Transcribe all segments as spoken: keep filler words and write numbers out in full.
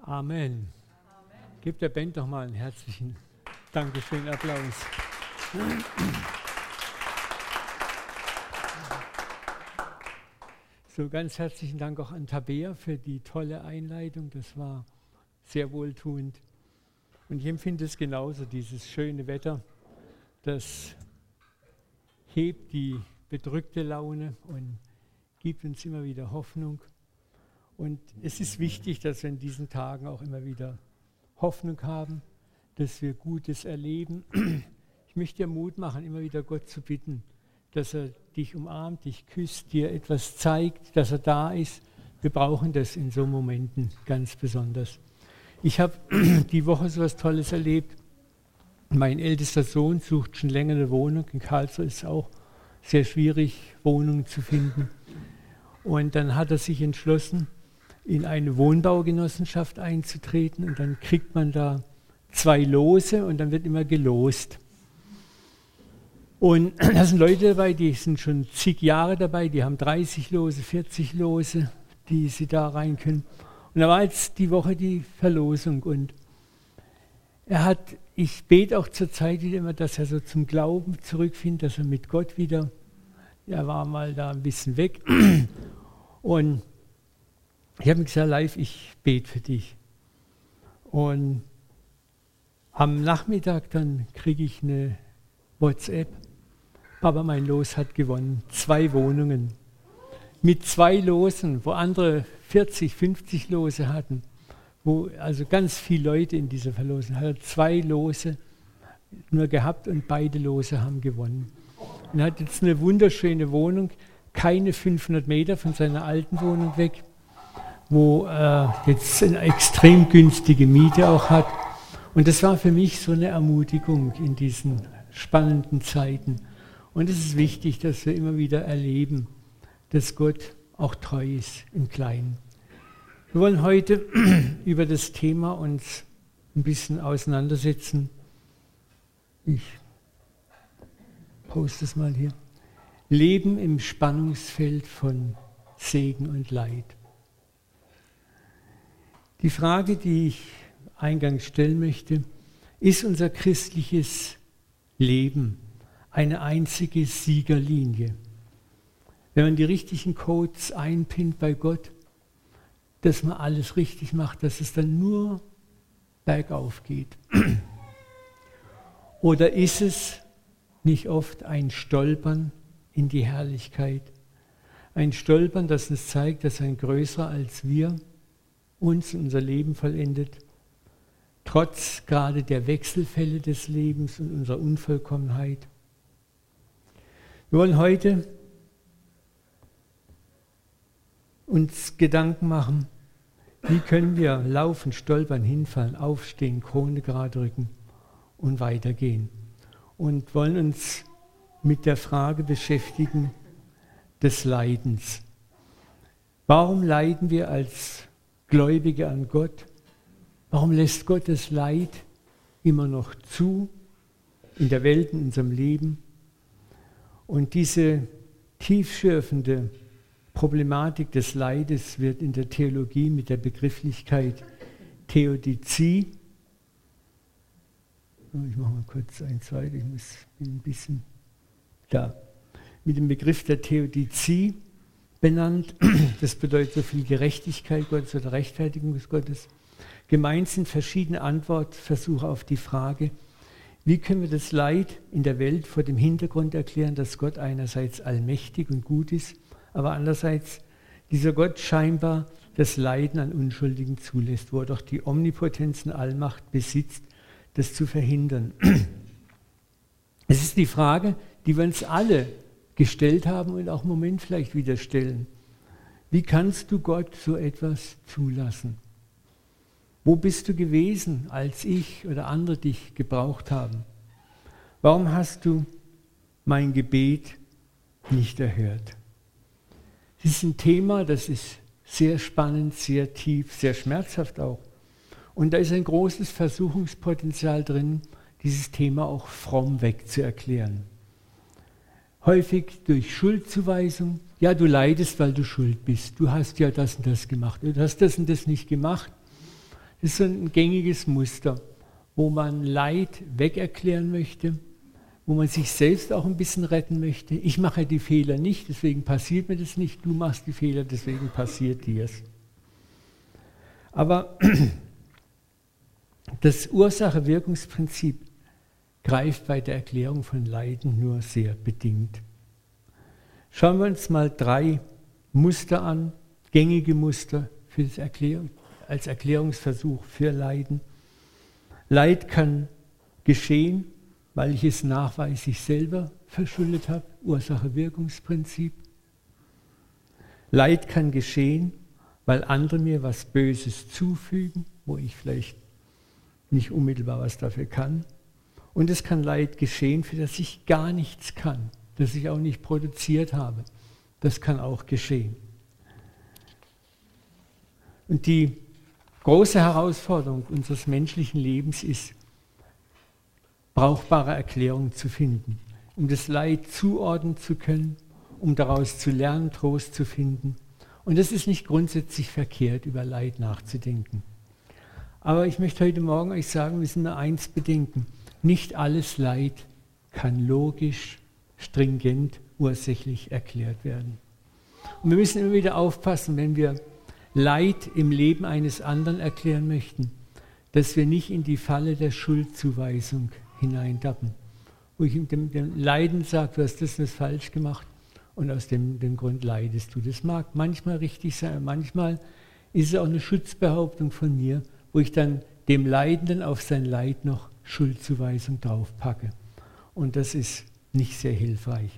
Amen. Gebt der Band doch mal einen herzlichen Dankeschön, Applaus. So, ganz herzlichen Dank auch an Tabea für die tolle Einleitung. Das war sehr wohltuend. Und ich empfinde es genauso, dieses schöne Wetter, das hebt die bedrückte Laune und gibt uns immer wieder Hoffnung. Und es ist wichtig, dass wir in diesen Tagen auch immer wieder Hoffnung haben, dass wir Gutes erleben. Ich möchte dir Mut machen, immer wieder Gott zu bitten, dass er dich umarmt, dich küsst, dir etwas zeigt, dass er da ist. Wir brauchen das in so Momenten ganz besonders. Ich habe die Woche so etwas Tolles erlebt. Mein ältester Sohn sucht schon länger eine Wohnung. In Karlsruhe ist es auch sehr schwierig, Wohnungen zu finden. Und dann hat er sich entschlossen, in eine Wohnbaugenossenschaft einzutreten. Und dann kriegt man da zwei Lose und dann wird immer gelost. Und da sind Leute dabei, die sind schon zig Jahre dabei, die haben dreißig Lose, vierzig Lose, die sie da rein können. Und da war jetzt die Woche die Verlosung und er hat, ich bete auch zur Zeit wieder immer, dass er so zum Glauben zurückfindet, dass er mit Gott wieder, er war mal da ein bisschen weg. Und ich habe ihm gesagt, live, ich bete für dich. Und am Nachmittag dann kriege ich eine WhatsApp. Papa, mein Los hat gewonnen. Zwei Wohnungen. Mit zwei Losen, wo andere vierzig, fünfzig Lose hatten. Wo also ganz viele Leute in dieser Verlosung hatten. Zwei Lose nur gehabt und beide Lose haben gewonnen. Und er hat jetzt eine wunderschöne Wohnung, keine fünfhundert Meter von seiner alten Wohnung weg, wo er jetzt eine extrem günstige Miete auch hat. Und das war für mich so eine Ermutigung in diesen spannenden Zeiten. Und es ist wichtig, dass wir immer wieder erleben, dass Gott auch treu ist im Kleinen. Wir wollen heute über das Thema uns ein bisschen auseinandersetzen. Ich poste es mal hier. Leben im Spannungsfeld von Segen und Leid. Die Frage, die ich eingangs stellen möchte, ist unser christliches Leben eine einzige Siegerlinie? Wenn man die richtigen Codes einpinnt bei Gott, dass man alles richtig macht, dass es dann nur bergauf geht. Oder ist es nicht oft ein Stolpern in die Herrlichkeit? Ein Stolpern, das uns zeigt, dass ein Größerer als wir uns unser Leben vollendet, trotz gerade der Wechselfälle des Lebens und unserer Unvollkommenheit. Wir wollen heute uns Gedanken machen, wie können wir laufen, stolpern, hinfallen, aufstehen, Krone gerade rücken und weitergehen. Und wollen uns mit der Frage beschäftigen des Leidens. Warum leiden wir als Gläubige an Gott? Warum lässt Gott das Leid immer noch zu in der Welt, in unserem Leben? Und diese tiefschürfende Problematik des Leides wird in der Theologie mit der Begrifflichkeit Theodizie, ich mache mal kurz eins weiter, ich muss bin ein bisschen da, mit dem Begriff der Theodizie benannt. Das bedeutet so viel Gerechtigkeit Gottes oder Rechtfertigung des Gottes. Gemeint sind verschiedene Antwortversuche auf die Frage, wie können wir das Leid in der Welt vor dem Hintergrund erklären, dass Gott einerseits allmächtig und gut ist, aber andererseits dieser Gott scheinbar das Leiden an Unschuldigen zulässt, wo er doch die Omnipotenz und Allmacht besitzt, das zu verhindern. Es ist die Frage, die wir uns alle gestellt haben und auch im Moment vielleicht wieder stellen. Wie kannst du Gott so etwas zulassen? Wo bist du gewesen, als ich oder andere dich gebraucht haben? Warum hast du mein Gebet nicht erhört? Das ist ein Thema, das ist sehr spannend, sehr tief, sehr schmerzhaft auch. Und da ist ein großes Versuchungspotenzial drin, dieses Thema auch fromm wegzuerklären. Häufig durch Schuldzuweisung. Ja, du leidest, weil du schuld bist. Du hast ja das und das gemacht. Du hast das und das nicht gemacht. Das ist so ein gängiges Muster, wo man Leid wegerklären möchte, wo man sich selbst auch ein bisschen retten möchte. Ich mache die Fehler nicht, deswegen passiert mir das nicht. Du machst die Fehler, deswegen passiert dir es. Aber das Ursache-Wirkungsprinzip greift bei der Erklärung von Leiden nur sehr bedingt. Schauen wir uns mal drei Muster an, gängige Muster für das Erklärung, als Erklärungsversuch für Leiden. Leid kann geschehen, weil ich es nachweislich selber verschuldet habe, Ursache-Wirkungsprinzip. Leid kann geschehen, weil andere mir was Böses zufügen, wo ich vielleicht nicht unmittelbar was dafür kann. Und es kann Leid geschehen, für das ich gar nichts kann, das ich auch nicht produziert habe. Das kann auch geschehen. Und die große Herausforderung unseres menschlichen Lebens ist, brauchbare Erklärungen zu finden, um das Leid zuordnen zu können, um daraus zu lernen, Trost zu finden. Und es ist nicht grundsätzlich verkehrt, über Leid nachzudenken. Aber ich möchte heute Morgen euch sagen, wir müssen nur eins bedenken. Nicht alles Leid kann logisch, stringent, ursächlich erklärt werden. Und wir müssen immer wieder aufpassen, wenn wir Leid im Leben eines anderen erklären möchten, dass wir nicht in die Falle der Schuldzuweisung hineintappen. Wo ich dem, dem Leiden sage, du hast das und das falsch gemacht und aus dem, dem Grund leidest du. Das mag manchmal richtig sein, manchmal ist es auch eine Schutzbehauptung von mir, wo ich dann dem Leidenden auf sein Leid noch Schuldzuweisung draufpacke. Und das ist nicht sehr hilfreich.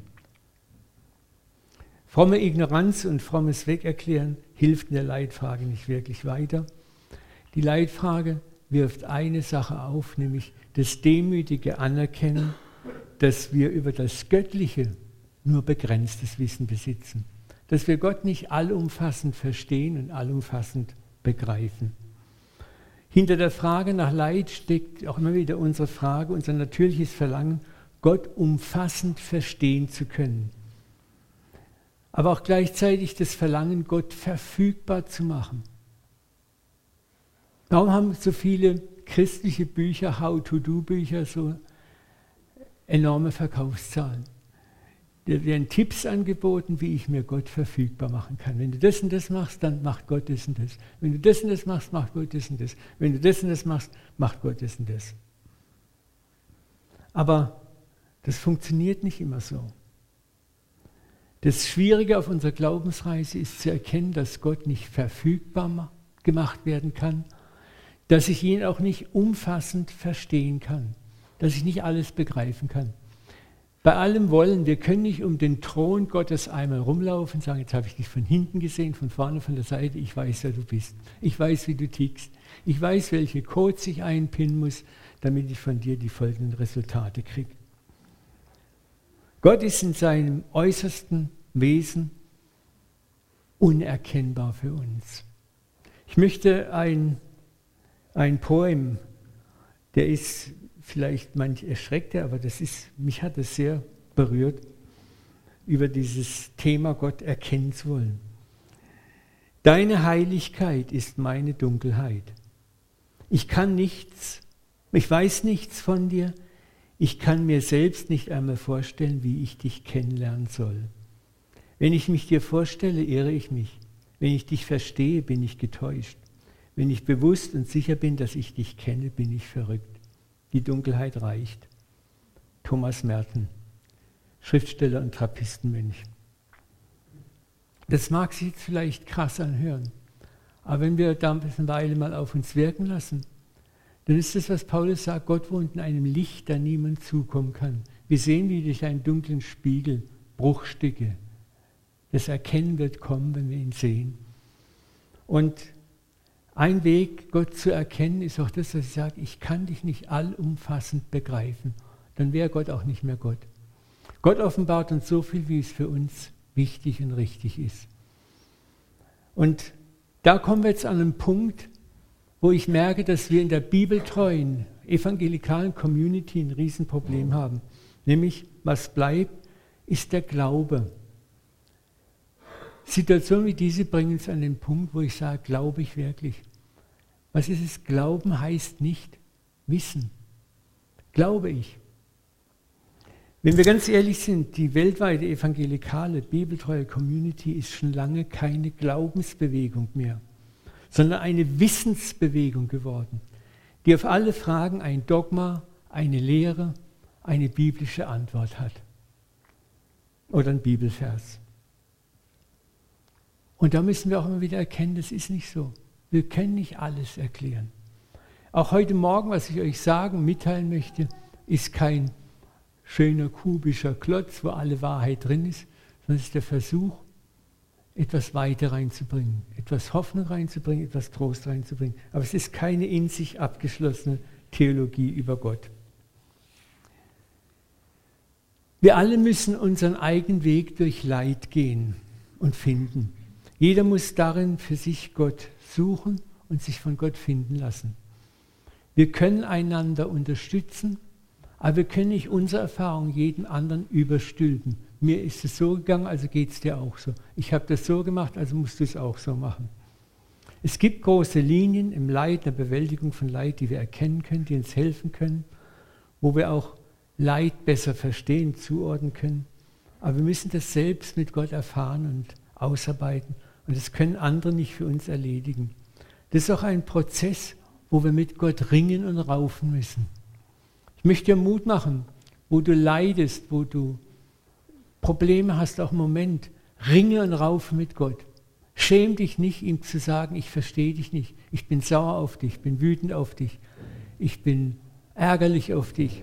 Fromme Ignoranz und frommes Wegerklären hilft in der Leitfrage nicht wirklich weiter. Die Leitfrage wirft eine Sache auf, nämlich das demütige Anerkennen, dass wir über das Göttliche nur begrenztes Wissen besitzen. Dass wir Gott nicht allumfassend verstehen und allumfassend begreifen. Hinter der Frage nach Leid steckt auch immer wieder unsere Frage, unser natürliches Verlangen, Gott umfassend verstehen zu können. Aber auch gleichzeitig das Verlangen, Gott verfügbar zu machen. Warum haben so viele christliche Bücher, How-to-Do-Bücher, so enorme Verkaufszahlen? Da werden Tipps angeboten, wie ich mir Gott verfügbar machen kann. Wenn du das und das machst, dann macht Gott das und das. Wenn du das und das machst, macht Gott das und das. Wenn du das und das machst, macht Gott das und das. Aber das funktioniert nicht immer so. Das Schwierige auf unserer Glaubensreise ist zu erkennen, dass Gott nicht verfügbar gemacht werden kann, dass ich ihn auch nicht umfassend verstehen kann, dass ich nicht alles begreifen kann. Bei allem Wollen, wir können nicht um den Thron Gottes einmal rumlaufen und sagen, jetzt habe ich dich von hinten gesehen, von vorne, von der Seite, ich weiß, wer du bist. Ich weiß, wie du tickst. Ich weiß, welche Codes ich einpinnen muss, damit ich von dir die folgenden Resultate kriege. Gott ist in seinem äußersten Wesen unerkennbar für uns. Ich möchte ein, ein Poem, der ist vielleicht manch erschreckter, aber das ist, mich hat es sehr berührt, über dieses Thema Gott erkennen zu wollen. Deine Heiligkeit ist meine Dunkelheit. Ich kann nichts, ich weiß nichts von dir, ich kann mir selbst nicht einmal vorstellen, wie ich dich kennenlernen soll. Wenn ich mich dir vorstelle, irre ich mich. Wenn ich dich verstehe, bin ich getäuscht. Wenn ich bewusst und sicher bin, dass ich dich kenne, bin ich verrückt. Die Dunkelheit reicht. Thomas Merton, Schriftsteller und Trappistenmönch. Das mag sich jetzt vielleicht krass anhören, aber wenn wir da eine Weile mal auf uns wirken lassen, dann ist das, was Paulus sagt, Gott wohnt in einem Licht, da niemand zukommen kann. Wir sehen wie durch einen dunklen Spiegel Bruchstücke. Das Erkennen wird kommen, wenn wir ihn sehen. Und ein Weg, Gott zu erkennen, ist auch das, dass ich sage, ich kann dich nicht allumfassend begreifen. Dann wäre Gott auch nicht mehr Gott. Gott offenbart uns so viel, wie es für uns wichtig und richtig ist. Und da kommen wir jetzt an einen Punkt, wo ich merke, dass wir in der bibeltreuen, evangelikalen Community ein Riesenproblem haben. Nämlich, was bleibt, ist der Glaube. Situationen wie diese bringen uns an den Punkt, wo ich sage, glaube ich wirklich? Was ist es? Glauben heißt nicht wissen. Glaube ich. Wenn wir ganz ehrlich sind, die weltweite evangelikale, bibeltreue Community ist schon lange keine Glaubensbewegung mehr, sondern eine Wissensbewegung geworden, die auf alle Fragen ein Dogma, eine Lehre, eine biblische Antwort hat. Oder ein Bibelvers. Und da müssen wir auch immer wieder erkennen, das ist nicht so. Wir können nicht alles erklären. Auch heute Morgen, was ich euch sagen, mitteilen möchte, ist kein schöner kubischer Klotz, wo alle Wahrheit drin ist, sondern es ist der Versuch, etwas weiter reinzubringen, etwas Hoffnung reinzubringen, etwas Trost reinzubringen. Aber es ist keine in sich abgeschlossene Theologie über Gott. Wir alle müssen unseren eigenen Weg durch Leid gehen und finden. Jeder muss darin für sich Gott suchen und sich von Gott finden lassen. Wir können einander unterstützen, aber wir können nicht unsere Erfahrung jedem anderen überstülpen. Mir ist es so gegangen, also geht es dir auch so. Ich habe das so gemacht, also musst du es auch so machen. Es gibt große Linien im Leid, der Bewältigung von Leid, die wir erkennen können, die uns helfen können, wo wir auch Leid besser verstehen, zuordnen können. Aber wir müssen das selbst mit Gott erfahren und ausarbeiten. Und das können andere nicht für uns erledigen. Das ist auch ein Prozess, wo wir mit Gott ringen und raufen müssen. Ich möchte dir Mut machen, wo du leidest, wo du Probleme hast, auch im Moment, ringe und raufe mit Gott. Schäm dich nicht, ihm zu sagen, ich verstehe dich nicht, ich bin sauer auf dich, ich bin wütend auf dich, ich bin ärgerlich auf dich.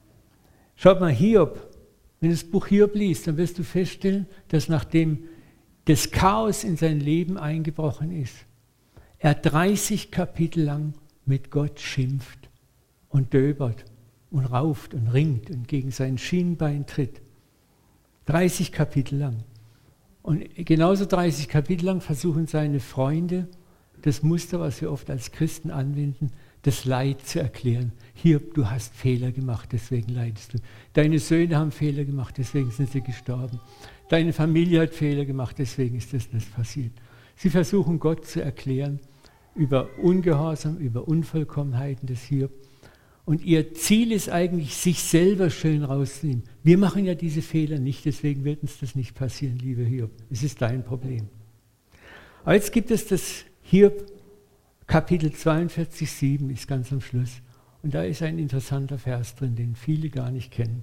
Schaut mal, Hiob, wenn du das Buch Hiob liest, dann wirst du feststellen, dass nachdem das Chaos in sein Leben eingebrochen ist, er dreißig Kapitel lang mit Gott schimpft und döbert und rauft und ringt und gegen sein Schienbein tritt. dreißig Kapitel lang. Und genauso dreißig Kapitel lang versuchen seine Freunde, das Muster, was wir oft als Christen anwenden, das Leid zu erklären. Hier, du hast Fehler gemacht, deswegen leidest du. Deine Söhne haben Fehler gemacht, deswegen sind sie gestorben. Deine Familie hat Fehler gemacht, deswegen ist das, das passiert. Sie versuchen Gott zu erklären über Ungehorsam, über Unvollkommenheiten des Hiob. Und ihr Ziel ist eigentlich, sich selber schön rauszunehmen. Wir machen ja diese Fehler nicht, deswegen wird uns das nicht passieren, lieber Hiob. Es ist dein Problem. Aber jetzt gibt es das Hiob, Kapitel zweiundvierzig, sieben ist ganz am Schluss. Und da ist ein interessanter Vers drin, den viele gar nicht kennen.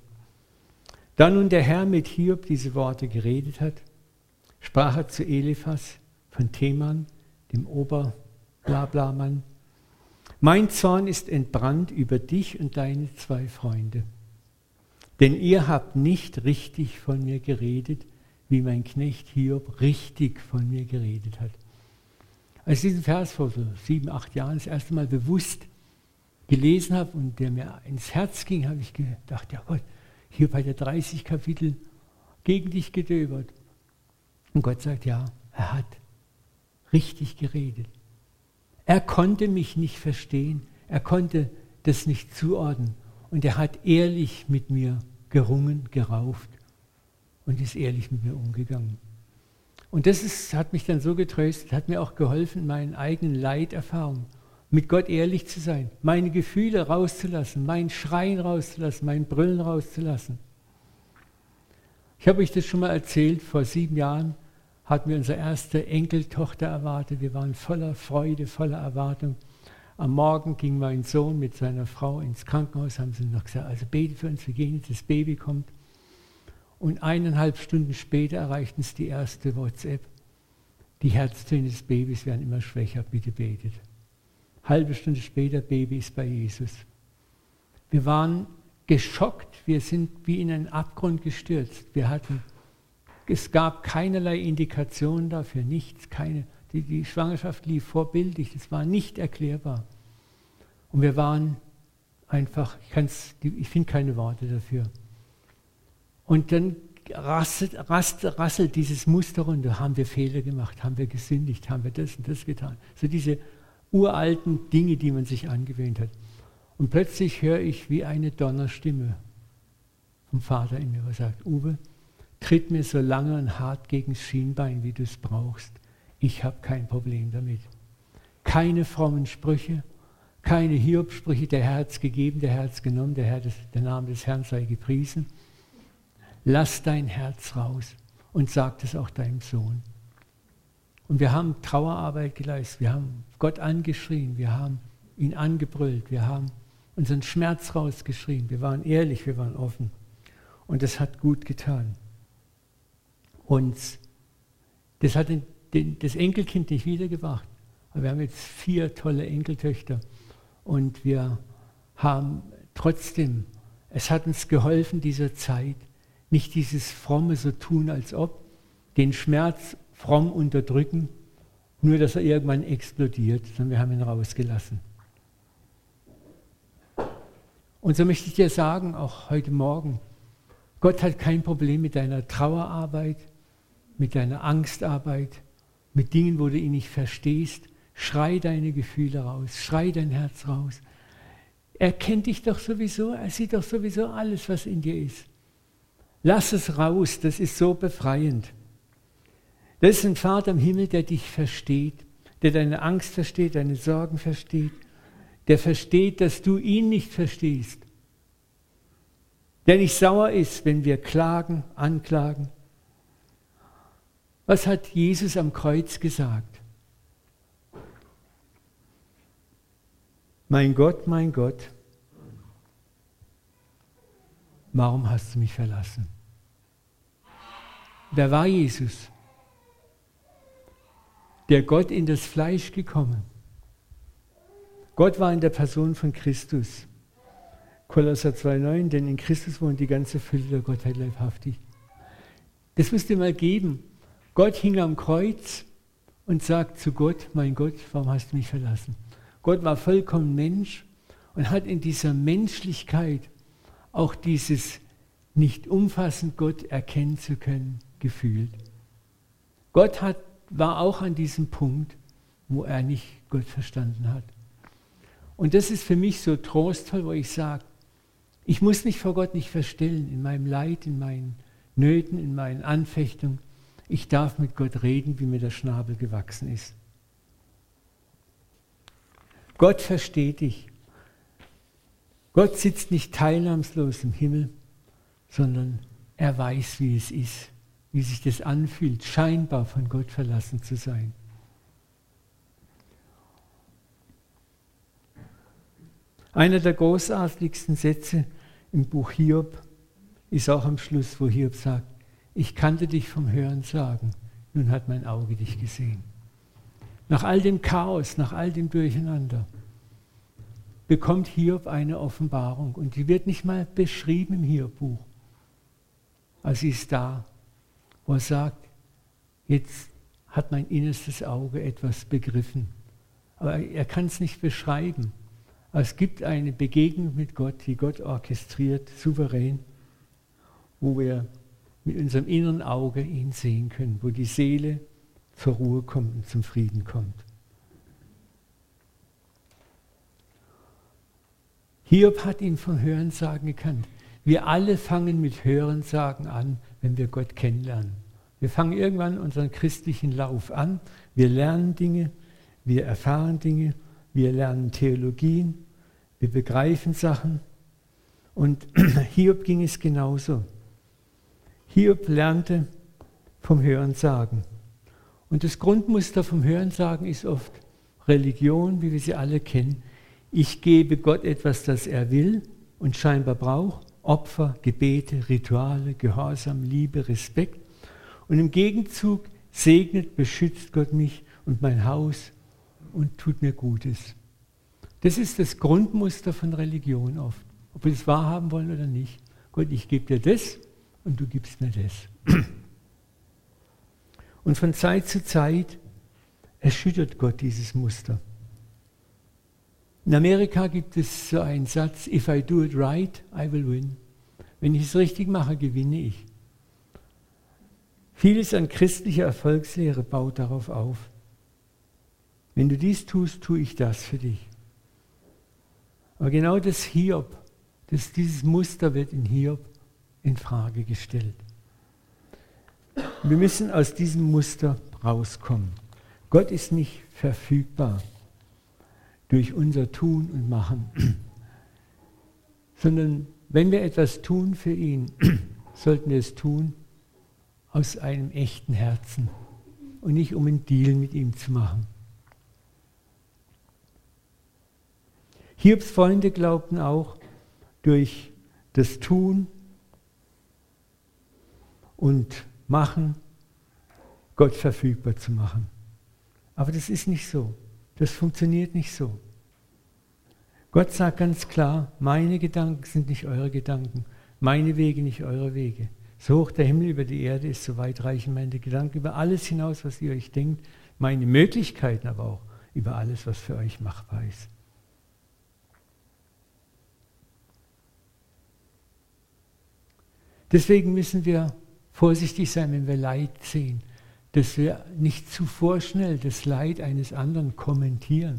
Da nun der Herr mit Hiob diese Worte geredet hat, sprach er zu Eliphas von Teman, dem Ober-Blabla-Mann: Mein Zorn ist entbrannt über dich und deine zwei Freunde. Denn ihr habt nicht richtig von mir geredet, wie mein Knecht Hiob richtig von mir geredet hat. Als ich diesen Vers vor so sieben, acht Jahren das erste Mal bewusst gelesen habe und der mir ins Herz ging, habe ich gedacht, ja Gott, Hiob hat ja dreißig Kapitel gegen dich gedöbert. Und Gott sagt, ja, er hat richtig geredet. Er konnte mich nicht verstehen, er konnte das nicht zuordnen und er hat ehrlich mit mir gerungen, gerauft und ist ehrlich mit mir umgegangen. Und das ist, hat mich dann so getröstet, hat mir auch geholfen, in meinen eigenen Leiterfahrungen mit Gott ehrlich zu sein, meine Gefühle rauszulassen, mein Schreien rauszulassen, mein Brüllen rauszulassen. Ich habe euch das schon mal erzählt, vor sieben Jahren hatten wir unsere erste Enkeltochter erwartet. Wir waren voller Freude, voller Erwartung. Am Morgen ging mein Sohn mit seiner Frau ins Krankenhaus, haben sie noch gesagt, also bete für uns, wir gehen jetzt, das Baby kommt. Und eineinhalb Stunden später erreichten es die erste WhatsApp. Die Herztöne des Babys werden immer schwächer, bitte betet. Halbe Stunde später, Baby ist bei Jesus. Wir waren geschockt, wir sind wie in einen Abgrund gestürzt. Wir hatten, es gab keinerlei Indikationen dafür, nichts, keine, die, die Schwangerschaft lief vorbildlich, das war nicht erklärbar. Und wir waren einfach, ich, kann's, ich finde keine Worte dafür. Und dann rasselt, rasselt, rasselt dieses Muster runter. Haben wir Fehler gemacht? Haben wir gesündigt? Haben wir das und das getan? So diese uralten Dinge, die man sich angewöhnt hat. Und plötzlich höre ich wie eine Donnerstimme vom Vater in mir, der sagt, Uwe, tritt mir so lange und hart gegen das Schienbein, wie du es brauchst. Ich habe kein Problem damit. keine frommen Sprüche, keine Hiob-Sprüche, der Herr hat es gegeben, der Herr hat es genommen, der, Herr des, der Name des Herrn sei gepriesen. Lass dein Herz raus und sag das auch deinem Sohn. Und wir haben Trauerarbeit geleistet, wir haben Gott angeschrien, wir haben ihn angebrüllt, wir haben unseren Schmerz rausgeschrien, wir waren ehrlich, wir waren offen. Und das hat gut getan. Und das hat den, den, das Enkelkind nicht wiedergebracht. Aber wir haben jetzt vier tolle Enkeltöchter. Und wir haben trotzdem, es hat uns geholfen, dieser Zeit, nicht dieses fromme so tun, als ob, den Schmerz fromm unterdrücken, nur dass er irgendwann explodiert, sondern wir haben ihn rausgelassen. Und so möchte ich dir sagen, auch heute Morgen, Gott hat kein Problem mit deiner Trauerarbeit, mit deiner Angstarbeit, mit Dingen, wo du ihn nicht verstehst. Schrei deine Gefühle raus, schrei dein Herz raus. Er kennt dich doch sowieso, er sieht doch sowieso alles, was in dir ist. Lass es raus, das ist so befreiend. Das ist ein Vater im Himmel, der dich versteht, der deine Angst versteht, deine Sorgen versteht, der versteht, dass du ihn nicht verstehst, der nicht sauer ist, wenn wir klagen, anklagen. Was hat Jesus am Kreuz gesagt? Mein Gott, mein Gott, warum hast du mich verlassen? Wer war Jesus? Der Gott in das Fleisch gekommen. Gott war in der Person von Christus. Kolosser zwei neun, denn in Christus wohnt die ganze Fülle der Gottheit leibhaftig. Das musst du mal geben. Gott hing am Kreuz und sagt zu Gott, mein Gott, warum hast du mich verlassen? Gott war vollkommen Mensch und hat in dieser Menschlichkeit auch dieses nicht umfassend Gott erkennen zu können, gefühlt. Gott hat, war auch an diesem Punkt, wo er nicht Gott verstanden hat. Und das ist für mich so trostvoll, wo ich sage, ich muss mich vor Gott nicht verstellen, in meinem Leid, in meinen Nöten, in meinen Anfechtungen. Ich darf mit Gott reden, wie mir der Schnabel gewachsen ist. Gott versteht dich. Gott sitzt nicht teilnahmslos im Himmel, sondern er weiß, wie es ist, wie sich das anfühlt, scheinbar von Gott verlassen zu sein. Einer der großartigsten Sätze im Buch Hiob ist auch am Schluss, wo Hiob sagt, ich kannte dich vom Hörensagen, nun hat mein Auge dich gesehen. Nach all dem Chaos, nach all dem Durcheinander bekommt Hiob eine Offenbarung und die wird nicht mal beschrieben im Hiob-Buch. Aber sie ist da, wo er sagt, jetzt hat mein innerstes Auge etwas begriffen. Aber er kann es nicht beschreiben. Aber es gibt eine Begegnung mit Gott, die Gott orchestriert, souverän, wo wir mit unserem inneren Auge ihn sehen können, wo die Seele zur Ruhe kommt und zum Frieden kommt. Hiob hat ihn vom Hörensagen gekannt. Wir alle fangen mit Hörensagen an, wenn wir Gott kennenlernen. Wir fangen irgendwann unseren christlichen Lauf an. Wir lernen Dinge, wir erfahren Dinge, wir lernen Theologien, wir begreifen Sachen. Und Hiob ging es genauso. Hiob lernte vom Hörensagen. Und das Grundmuster vom Hörensagen ist oft Religion, wie wir sie alle kennen. Ich gebe Gott etwas, das er will und scheinbar braucht. Opfer, Gebete, Rituale, Gehorsam, Liebe, Respekt. Und im Gegenzug segnet, beschützt Gott mich und mein Haus und tut mir Gutes. Das ist das Grundmuster von Religion oft. Ob wir es wahrhaben wollen oder nicht. Gott, ich gebe dir das und du gibst mir das. Und von Zeit zu Zeit erschüttert Gott dieses Muster. In Amerika gibt es so einen Satz, if I do it right, I will win. Wenn ich es richtig mache, gewinne ich. Vieles an christlicher Erfolgslehre baut darauf auf. Wenn du dies tust, tue ich das für dich. Aber genau das Hiob, das, dieses Muster wird in Hiob in Frage gestellt. Wir müssen aus diesem Muster rauskommen. Gott ist nicht verfügbar. durch unser Tun und Machen, sondern wenn wir etwas tun für ihn, sollten wir es tun aus einem echten Herzen und nicht um einen Deal mit ihm zu machen. Hiobs Freunde glaubten auch, durch das Tun und Machen Gott verfügbar zu machen. Aber das ist nicht so. Das funktioniert nicht so. Gott sagt ganz klar, meine Gedanken sind nicht eure Gedanken, meine Wege nicht eure Wege. So hoch der Himmel über die Erde ist, so weit reichen meine Gedanken über alles hinaus, was ihr euch denkt, meine Möglichkeiten aber auch über alles, was für euch machbar ist. Deswegen müssen wir vorsichtig sein, wenn wir Leid sehen, dass wir nicht zu vorschnell das Leid eines anderen kommentieren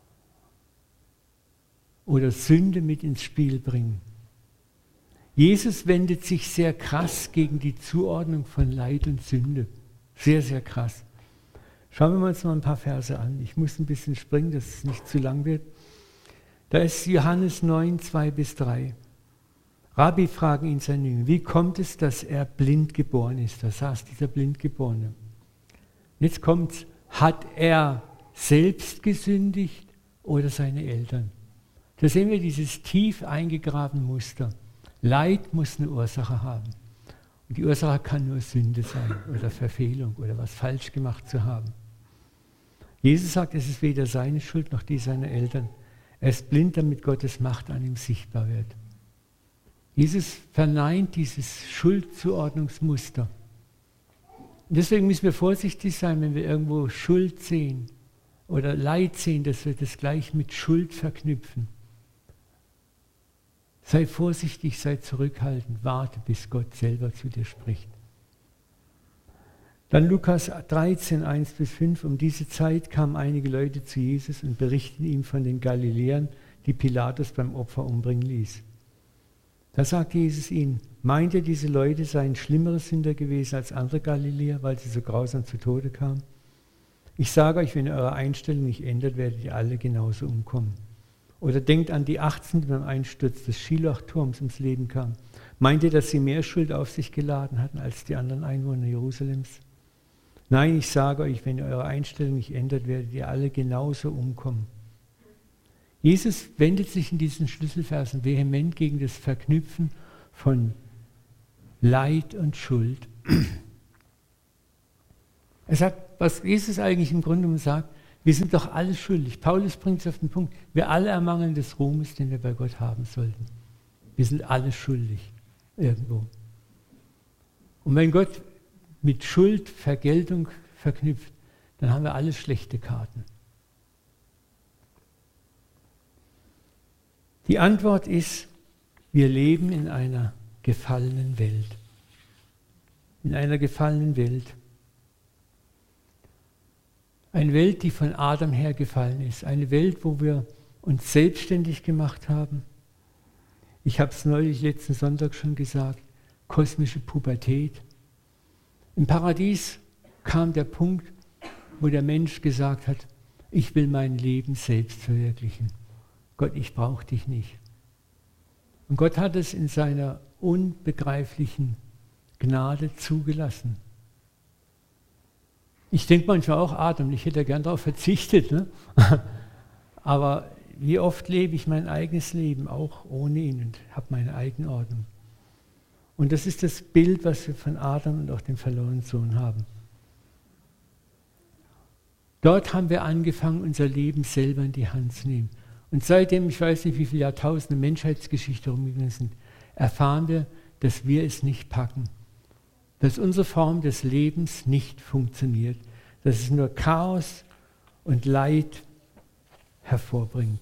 oder Sünde mit ins Spiel bringen. Jesus wendet sich sehr krass gegen die Zuordnung von Leid und Sünde. Sehr, sehr krass. Schauen wir uns mal ein paar Verse an. Ich muss ein bisschen springen, dass es nicht zu lang wird. Da ist Johannes neun, zwei bis drei. Rabbi, fragen ihn seine Jünger, wie kommt es, dass er blind geboren ist? Da saß dieser Blindgeborene. Jetzt kommt's, hat er selbst gesündigt oder seine Eltern? Da sehen wir dieses tief eingegrabene Muster. Leid muss eine Ursache haben. Und die Ursache kann nur Sünde sein oder Verfehlung oder was falsch gemacht zu haben. Jesus sagt, es ist weder seine Schuld noch die seiner Eltern. Er ist blind, damit Gottes Macht an ihm sichtbar wird. Jesus verneint dieses Schuldzuordnungsmuster. Und deswegen müssen wir vorsichtig sein, wenn wir irgendwo Schuld sehen oder Leid sehen, dass wir das gleich mit Schuld verknüpfen. Sei vorsichtig, sei zurückhaltend, warte, bis Gott selber zu dir spricht. Dann Lukas dreizehn, eins bis fünf. Um diese Zeit kamen einige Leute zu Jesus und berichteten ihm von den Galiläern, die Pilatus beim Opfer umbringen ließ. Da sagte Jesus ihnen, meint ihr, diese Leute seien schlimmere Sünder gewesen als andere Galiläer, weil sie so grausam zu Tode kamen? Ich sage euch, wenn ihr eure Einstellung nicht ändert, werdet ihr alle genauso umkommen. Oder denkt an die achtzehn, die beim Einsturz des Schiloach-Turms ums Leben kamen. Meint ihr, dass sie mehr Schuld auf sich geladen hatten als die anderen Einwohner Jerusalems? Nein, ich sage euch, wenn ihr eure Einstellung nicht ändert, werdet ihr alle genauso umkommen. Jesus wendet sich in diesen Schlüsselversen vehement gegen das Verknüpfen von Leid und Schuld. Er sagt, was Jesus eigentlich im Grunde genommen sagt, wir sind doch alle schuldig. Paulus bringt es auf den Punkt, wir alle ermangeln des Ruhmes, den wir bei Gott haben sollten. Wir sind alle schuldig, irgendwo. Und wenn Gott mit Schuld Vergeltung verknüpft, dann haben wir alle schlechte Karten. Die Antwort ist, wir leben in einer gefallenen Welt. In einer gefallenen Welt. Eine Welt, die von Adam her gefallen ist. Eine Welt, wo wir uns selbstständig gemacht haben. Ich habe es neulich letzten Sonntag schon gesagt, kosmische Pubertät. Im Paradies kam der Punkt, wo der Mensch gesagt hat, ich will mein Leben selbst verwirklichen. Gott, ich brauche dich nicht. Und Gott hat es in seiner unbegreiflichen Gnade zugelassen. Ich denke manchmal auch, Adam, ich hätte ja gern darauf verzichtet. Ne? Aber wie oft lebe ich mein eigenes Leben, auch ohne ihn, und habe meine eigene Ordnung. Und das ist das Bild, was wir von Adam und auch dem verlorenen Sohn haben. Dort haben wir angefangen, unser Leben selber in die Hand zu nehmen. Und seitdem, ich weiß nicht, wie viele Jahrtausende Menschheitsgeschichte rumgegangen sind, erfahren wir, dass wir es nicht packen. Dass unsere Form des Lebens nicht funktioniert. Dass es nur Chaos und Leid hervorbringt.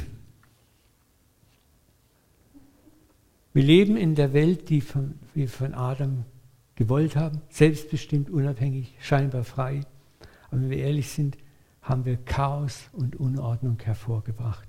Wir leben in der Welt, die von, wir von Adam gewollt haben, selbstbestimmt, unabhängig, scheinbar frei. Aber wenn wir ehrlich sind, haben wir Chaos und Unordnung hervorgebracht.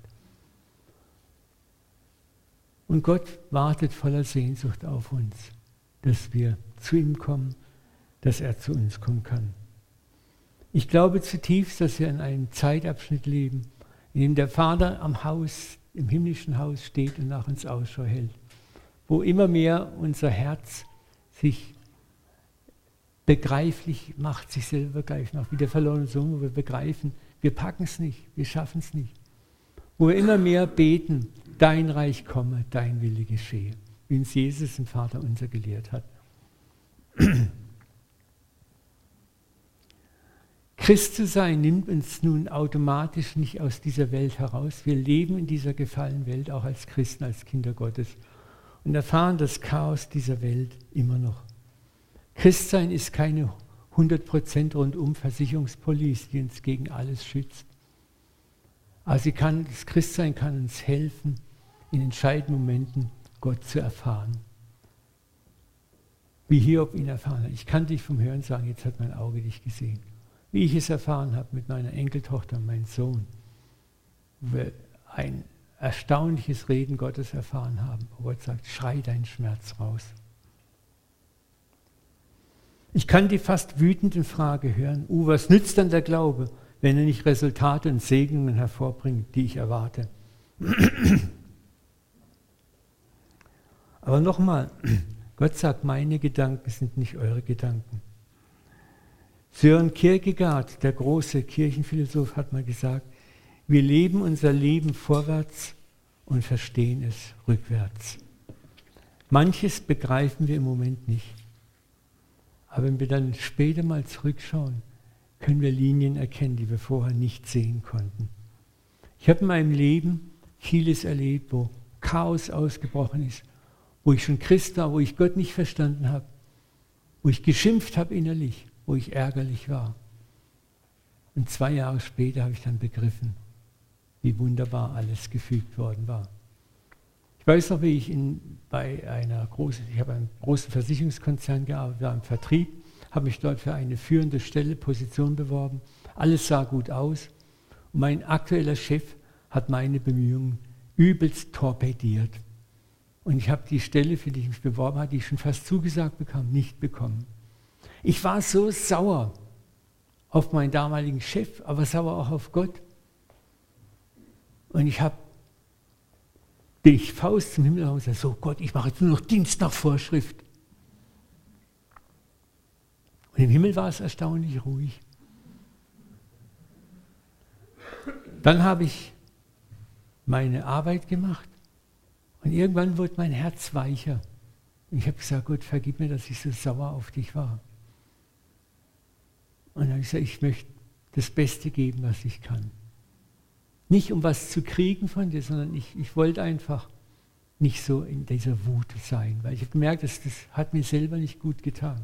Und Gott wartet voller Sehnsucht auf uns, dass wir zu ihm kommen, dass er zu uns kommen kann. Ich glaube zutiefst, dass wir in einem Zeitabschnitt leben, in dem der Vater am Haus, im himmlischen Haus steht und nach uns Ausschau hält, wo immer mehr unser Herz sich begreiflich macht, sich selber begreifen macht, wie der verlorene Sohn, wo wir begreifen, wir packen es nicht, wir schaffen es nicht. Wo wir immer mehr beten, dein Reich komme, dein Wille geschehe, wie uns Jesus im Vater unser gelehrt hat. Christ zu sein nimmt uns nun automatisch nicht aus dieser Welt heraus. Wir leben in dieser gefallenen Welt, auch als Christen, als Kinder Gottes, und erfahren das Chaos dieser Welt immer noch. Christsein ist keine hundert Prozent rundum Versicherungspolice, die uns gegen alles schützt. Aber sie kann, das Christsein kann uns helfen, in entscheidenden Momenten Gott zu erfahren. Wie Hiob ihn erfahren hat. Ich kann dich vom Hören sagen, jetzt hat mein Auge dich gesehen. Wie ich es erfahren habe mit meiner Enkeltochter und meinem Sohn, wo wir ein erstaunliches Reden Gottes erfahren haben, wo Gott sagt, schrei deinen Schmerz raus. Ich kann die fast wütende Frage hören, uh, was nützt dann der Glaube, wenn er nicht Resultate und Segnungen hervorbringt, die ich erwarte? Aber nochmal, Gott sagt, meine Gedanken sind nicht eure Gedanken. Søren Kierkegaard, der große Kirchenphilosoph, hat mal gesagt, wir leben unser Leben vorwärts und verstehen es rückwärts. Manches begreifen wir im Moment nicht. Aber wenn wir dann später mal zurückschauen, können wir Linien erkennen, die wir vorher nicht sehen konnten. Ich habe in meinem Leben vieles erlebt, wo Chaos ausgebrochen ist, wo ich schon Christ war, wo ich Gott nicht verstanden habe, wo ich geschimpft habe innerlich, wo ich ärgerlich war. Und zwei Jahre später habe ich dann begriffen, wie wunderbar alles gefügt worden war. Ich weiß noch, wie ich in, bei einer großen, ich habe einen großen Versicherungskonzern gearbeitet, war im Vertrieb, habe mich dort für eine führende Stelle, Position beworben. Alles sah gut aus. Und mein aktueller Chef hat meine Bemühungen übelst torpediert. Und ich habe die Stelle, für die ich mich beworben habe, die ich schon fast zugesagt bekam, nicht bekommen. Ich war so sauer auf meinen damaligen Chef, aber sauer auch auf Gott. Und ich habe die Faust zum Himmel und gesagt, so Gott, ich mache jetzt nur noch Dienst nach Vorschrift. Und im Himmel war es erstaunlich ruhig. Dann habe ich meine Arbeit gemacht und irgendwann wurde mein Herz weicher. Und ich habe gesagt, Gott, vergib mir, dass ich so sauer auf dich war. Und dann habe ich gesagt, ich möchte das Beste geben, was ich kann. Nicht um was zu kriegen von dir, sondern ich, ich wollte einfach nicht so in dieser Wut sein, weil ich habe gemerkt, dass das hat mir selber nicht gut getan.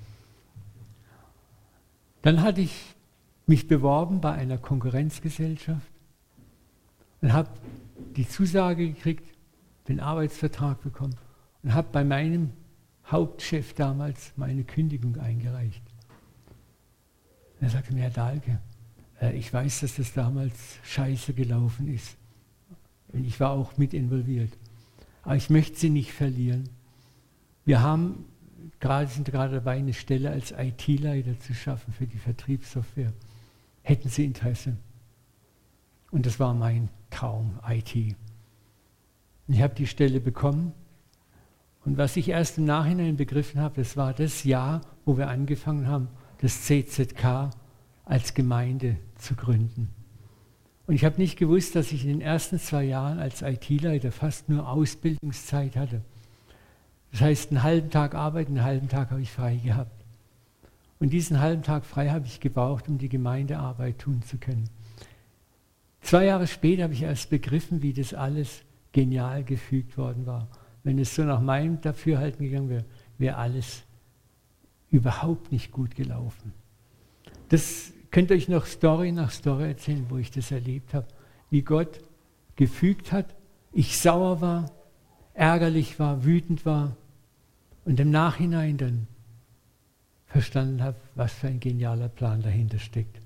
Dann hatte ich mich beworben bei einer Konkurrenzgesellschaft und habe die Zusage gekriegt, den Arbeitsvertrag bekommen und habe bei meinem Hauptchef damals meine Kündigung eingereicht. Er sagte mir, Herr Dahlke, äh, ich weiß, dass das damals scheiße gelaufen ist. Und ich war auch mit involviert. Aber ich möchte Sie nicht verlieren. Wir haben gerade, sind gerade dabei, eine Stelle als I T-Leiter zu schaffen für die Vertriebssoftware. Hätten Sie Interesse? Und das war mein Traum, I T. Ich habe die Stelle bekommen. Und was ich erst im Nachhinein begriffen habe, das war das Jahr, wo wir angefangen haben, das C Z K als Gemeinde zu gründen. Und ich habe nicht gewusst, dass ich in den ersten zwei Jahren als I T-Leiter fast nur Ausbildungszeit hatte. Das heißt, einen halben Tag arbeiten, einen halben Tag habe ich frei gehabt. Und diesen halben Tag frei habe ich gebraucht, um die Gemeindearbeit tun zu können. Zwei Jahre später habe ich erst begriffen, wie das alles genial gefügt worden war. Wenn es so nach meinem Dafürhalten gegangen wäre, wäre alles überhaupt nicht gut gelaufen. Das könnt ihr euch noch Story nach Story erzählen, wo ich das erlebt habe, wie Gott gefügt hat, ich sauer war, ärgerlich war, wütend war und im Nachhinein dann verstanden habe, was für ein genialer Plan dahinter steckt.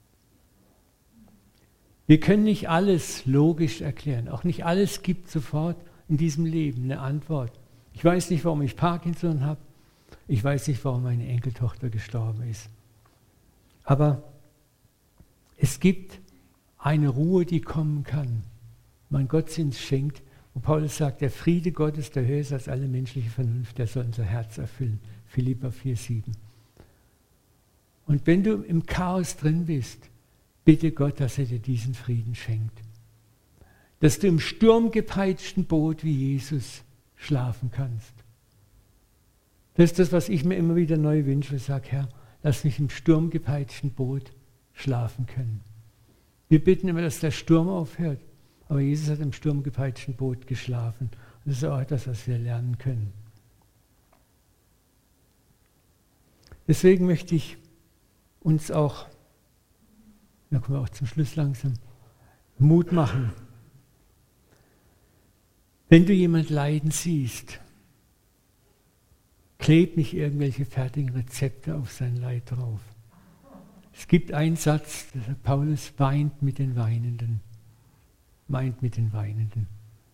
Wir können nicht alles logisch erklären, auch nicht alles gibt sofort in diesem Leben eine Antwort. Ich weiß nicht, warum ich Parkinson habe, ich weiß nicht, warum meine Enkeltochter gestorben ist. Aber es gibt eine Ruhe, die kommen kann. Mein Gott uns schenkt, wo Paulus sagt, der Friede Gottes, der höher ist als alle menschliche Vernunft, der soll unser Herz erfüllen. Philipper vier, sieben. Und wenn du im Chaos drin bist, bitte Gott, dass er dir diesen Frieden schenkt. Dass du im sturmgepeitschten Boot wie Jesus schlafen kannst. Das ist das, was ich mir immer wieder neu wünsche. Ich sage, Herr, lass mich im sturmgepeitschten Boot schlafen können. Wir bitten immer, dass der Sturm aufhört. Aber Jesus hat im sturmgepeitschten Boot geschlafen. Und das ist auch etwas, was wir lernen können. Deswegen möchte ich uns auch, da kommen wir auch zum Schluss langsam, Mut machen. Wenn du jemand leiden siehst, kleb nicht irgendwelche fertigen Rezepte auf sein Leid drauf. Es gibt einen Satz, der Paulus weint mit den Weinenden. Weint mit den Weinenden.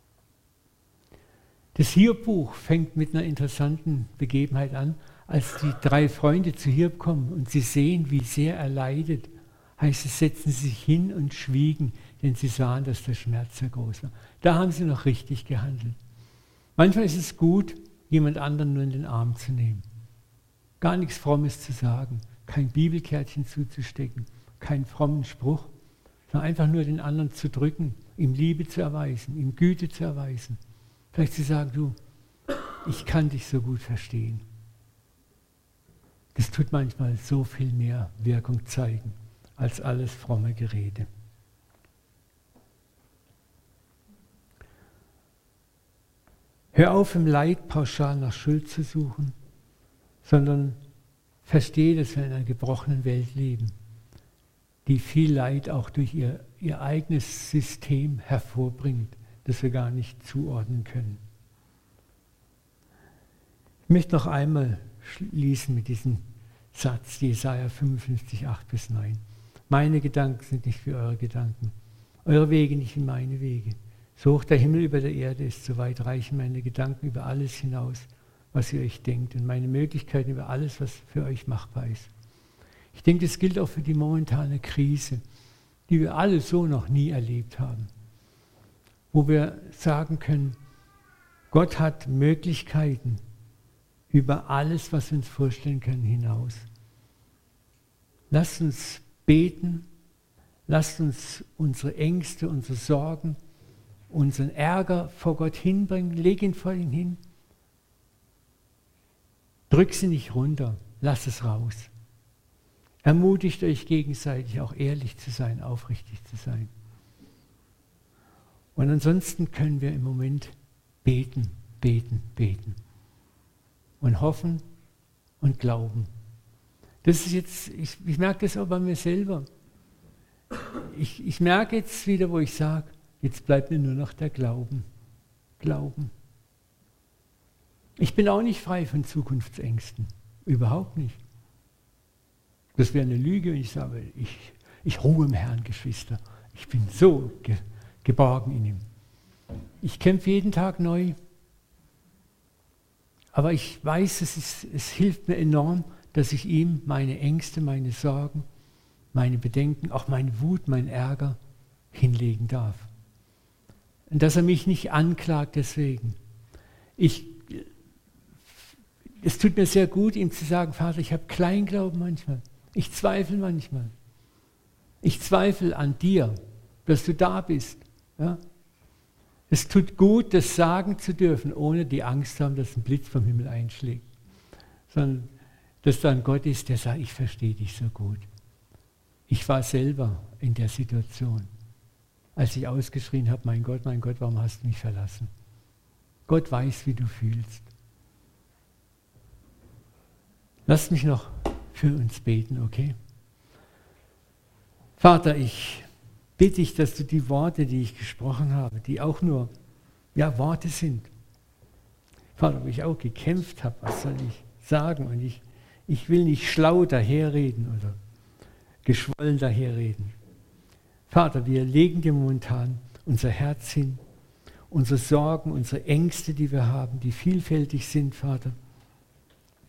Das Hiob-Buch fängt mit einer interessanten Begebenheit an, als die drei Freunde zu Hiob kommen und sie sehen, wie sehr er leidet, heißt es, setzen sie sich hin und schwiegen, denn sie sahen, dass der Schmerz sehr groß war. Da haben sie noch richtig gehandelt. Manchmal ist es gut, jemand anderen nur in den Arm zu nehmen. Gar nichts Frommes zu sagen, kein Bibelkärtchen zuzustecken, keinen frommen Spruch, sondern einfach nur den anderen zu drücken, ihm Liebe zu erweisen, ihm Güte zu erweisen. Vielleicht zu sagen, du, ich kann dich so gut verstehen. Das tut manchmal so viel mehr Wirkung zeigen, als alles fromme Gerede. Hör auf, im Leid pauschal nach Schuld zu suchen, sondern verstehe, dass wir in einer gebrochenen Welt leben, die viel Leid auch durch ihr, ihr eigenes System hervorbringt, das wir gar nicht zuordnen können. Ich möchte noch einmal schließen mit diesem Satz, Jesaja fünfundfünfzig, acht bis neun. Meine Gedanken sind nicht wie eure Gedanken, eure Wege nicht wie meine Wege. So hoch der Himmel über der Erde ist, so weit reichen meine Gedanken über alles hinaus, was ihr euch denkt, und meine Möglichkeiten über alles, was für euch machbar ist. Ich denke, das gilt auch für die momentane Krise, die wir alle so noch nie erlebt haben, wo wir sagen können, Gott hat Möglichkeiten über alles, was wir uns vorstellen können, hinaus. Lasst uns beten, lasst uns unsere Ängste, unsere Sorgen, unseren Ärger vor Gott hinbringen, leg ihn vor ihn hin. Drück sie nicht runter, lass es raus. Ermutigt euch gegenseitig, auch ehrlich zu sein, aufrichtig zu sein. Und ansonsten können wir im Moment beten, beten, beten. Und hoffen und glauben. Das ist jetzt, ich, ich merke das auch bei mir selber. Ich, ich merke jetzt wieder, wo ich sage, jetzt bleibt mir nur noch der Glauben. Glauben. Ich bin auch nicht frei von Zukunftsängsten. Überhaupt nicht. Das wäre eine Lüge, wenn ich sage, ich, ich ruhe im Herrn, Geschwister. Ich bin so ge, geborgen in ihm. Ich kämpfe jeden Tag neu. Aber ich weiß, es, ist, es hilft mir enorm, dass ich ihm meine Ängste, meine Sorgen, meine Bedenken, auch meine Wut, meinen Ärger hinlegen darf. Und dass er mich nicht anklagt deswegen. Ich, es tut mir sehr gut, ihm zu sagen, Vater, ich habe Kleinglauben manchmal. Ich zweifle manchmal. Ich zweifle an dir, dass du da bist. Ja? Es tut gut, das sagen zu dürfen, ohne die Angst zu haben, dass ein Blitz vom Himmel einschlägt. Sondern, dass da ein Gott ist, der sagt, ich verstehe dich so gut. Ich war selber in der Situation, als ich ausgeschrien habe, mein Gott, mein Gott, warum hast du mich verlassen? Gott weiß, wie du fühlst. Lass mich noch für uns beten, okay? Vater, ich bitte dich, dass du die Worte, die ich gesprochen habe, die auch nur ja, Worte sind, Vater, wo ich auch gekämpft habe, was soll ich sagen? Und ich, ich will nicht schlau daherreden oder geschwollen daherreden. Vater, wir legen dir momentan unser Herz hin, unsere Sorgen, unsere Ängste, die wir haben, die vielfältig sind, Vater.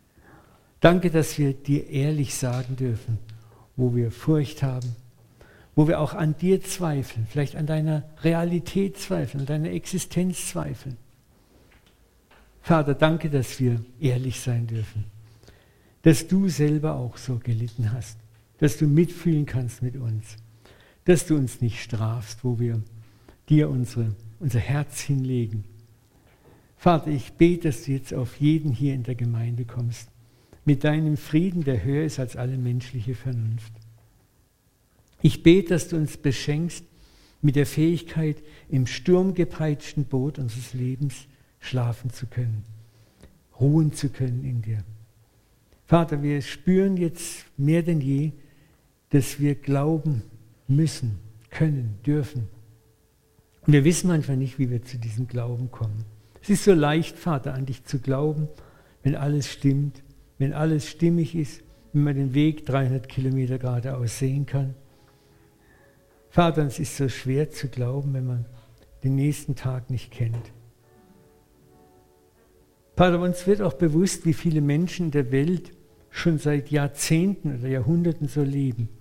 Danke, dass wir dir ehrlich sagen dürfen, wo wir Furcht haben, wo wir auch an dir zweifeln, vielleicht an deiner Realität zweifeln, an deiner Existenz zweifeln. Vater, danke, dass wir ehrlich sein dürfen, dass du selber auch so gelitten hast, dass du mitfühlen kannst mit uns, dass du uns nicht strafst, wo wir dir unsere, unser Herz hinlegen. Vater, ich bete, dass du jetzt auf jeden hier in der Gemeinde kommst, mit deinem Frieden, der höher ist als alle menschliche Vernunft. Ich bete, dass du uns beschenkst mit der Fähigkeit, im sturmgepeitschten Boot unseres Lebens schlafen zu können, ruhen zu können in dir. Vater, wir spüren jetzt mehr denn je, dass wir glauben müssen, können, dürfen. Und wir wissen manchmal nicht, wie wir zu diesem Glauben kommen. Es ist so leicht, Vater, an dich zu glauben, wenn alles stimmt, wenn alles stimmig ist, wenn man den Weg dreihundert Kilometer geradeaus sehen kann. Vater, es ist so schwer zu glauben, wenn man den nächsten Tag nicht kennt. Vater, uns wird auch bewusst, wie viele Menschen in der Welt schon seit Jahrzehnten oder Jahrhunderten so leben.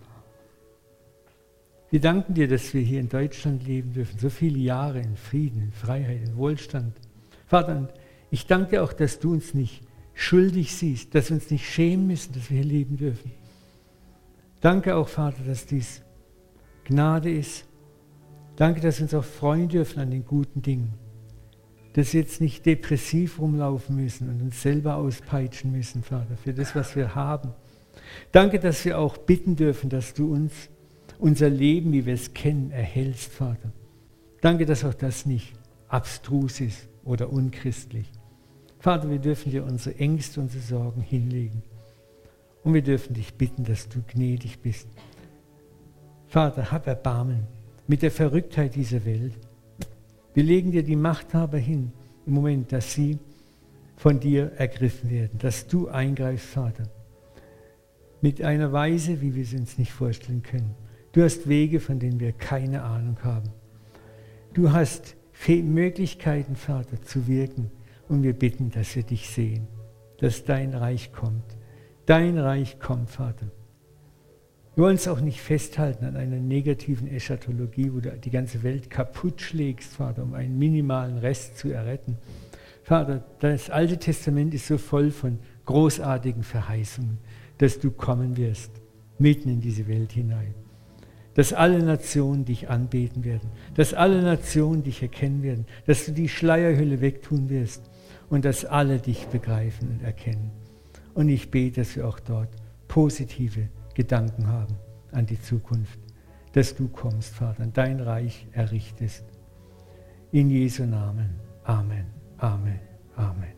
Wir danken dir, dass wir hier in Deutschland leben dürfen, so viele Jahre in Frieden, in Freiheit, in Wohlstand. Vater, ich danke dir auch, dass du uns nicht schuldig siehst, dass wir uns nicht schämen müssen, dass wir hier leben dürfen. Danke auch, Vater, dass dies Gnade ist. Danke, dass wir uns auch freuen dürfen an den guten Dingen. Dass wir jetzt nicht depressiv rumlaufen müssen und uns selber auspeitschen müssen, Vater, für das, was wir haben. Danke, dass wir auch bitten dürfen, dass du uns unser Leben, wie wir es kennen, erhältst, Vater. Danke, dass auch das nicht abstrus ist oder unchristlich. Vater, wir dürfen dir unsere Ängste, unsere Sorgen hinlegen. Und wir dürfen dich bitten, dass du gnädig bist. Vater, hab Erbarmen mit der Verrücktheit dieser Welt. Wir legen dir die Machthaber hin, im Moment, dass sie von dir ergriffen werden, dass du eingreifst, Vater, mit einer Weise, wie wir es uns nicht vorstellen können. Du hast Wege, von denen wir keine Ahnung haben. Du hast Möglichkeiten, Vater, zu wirken, und wir bitten, dass wir dich sehen, dass dein Reich kommt. Dein Reich kommt, Vater. Wir wollen uns auch nicht festhalten an einer negativen Eschatologie, wo du die ganze Welt kaputt schlägst, Vater, um einen minimalen Rest zu erretten. Vater, das Alte Testament ist so voll von großartigen Verheißungen, dass du kommen wirst, mitten in diese Welt hinein. Dass alle Nationen dich anbeten werden, dass alle Nationen dich erkennen werden, dass du die Schleierhülle wegtun wirst und dass alle dich begreifen und erkennen. Und ich bete, dass wir auch dort positive Gedanken haben an die Zukunft, dass du kommst, Vater, und dein Reich errichtest. In Jesu Namen. Amen. Amen. Amen.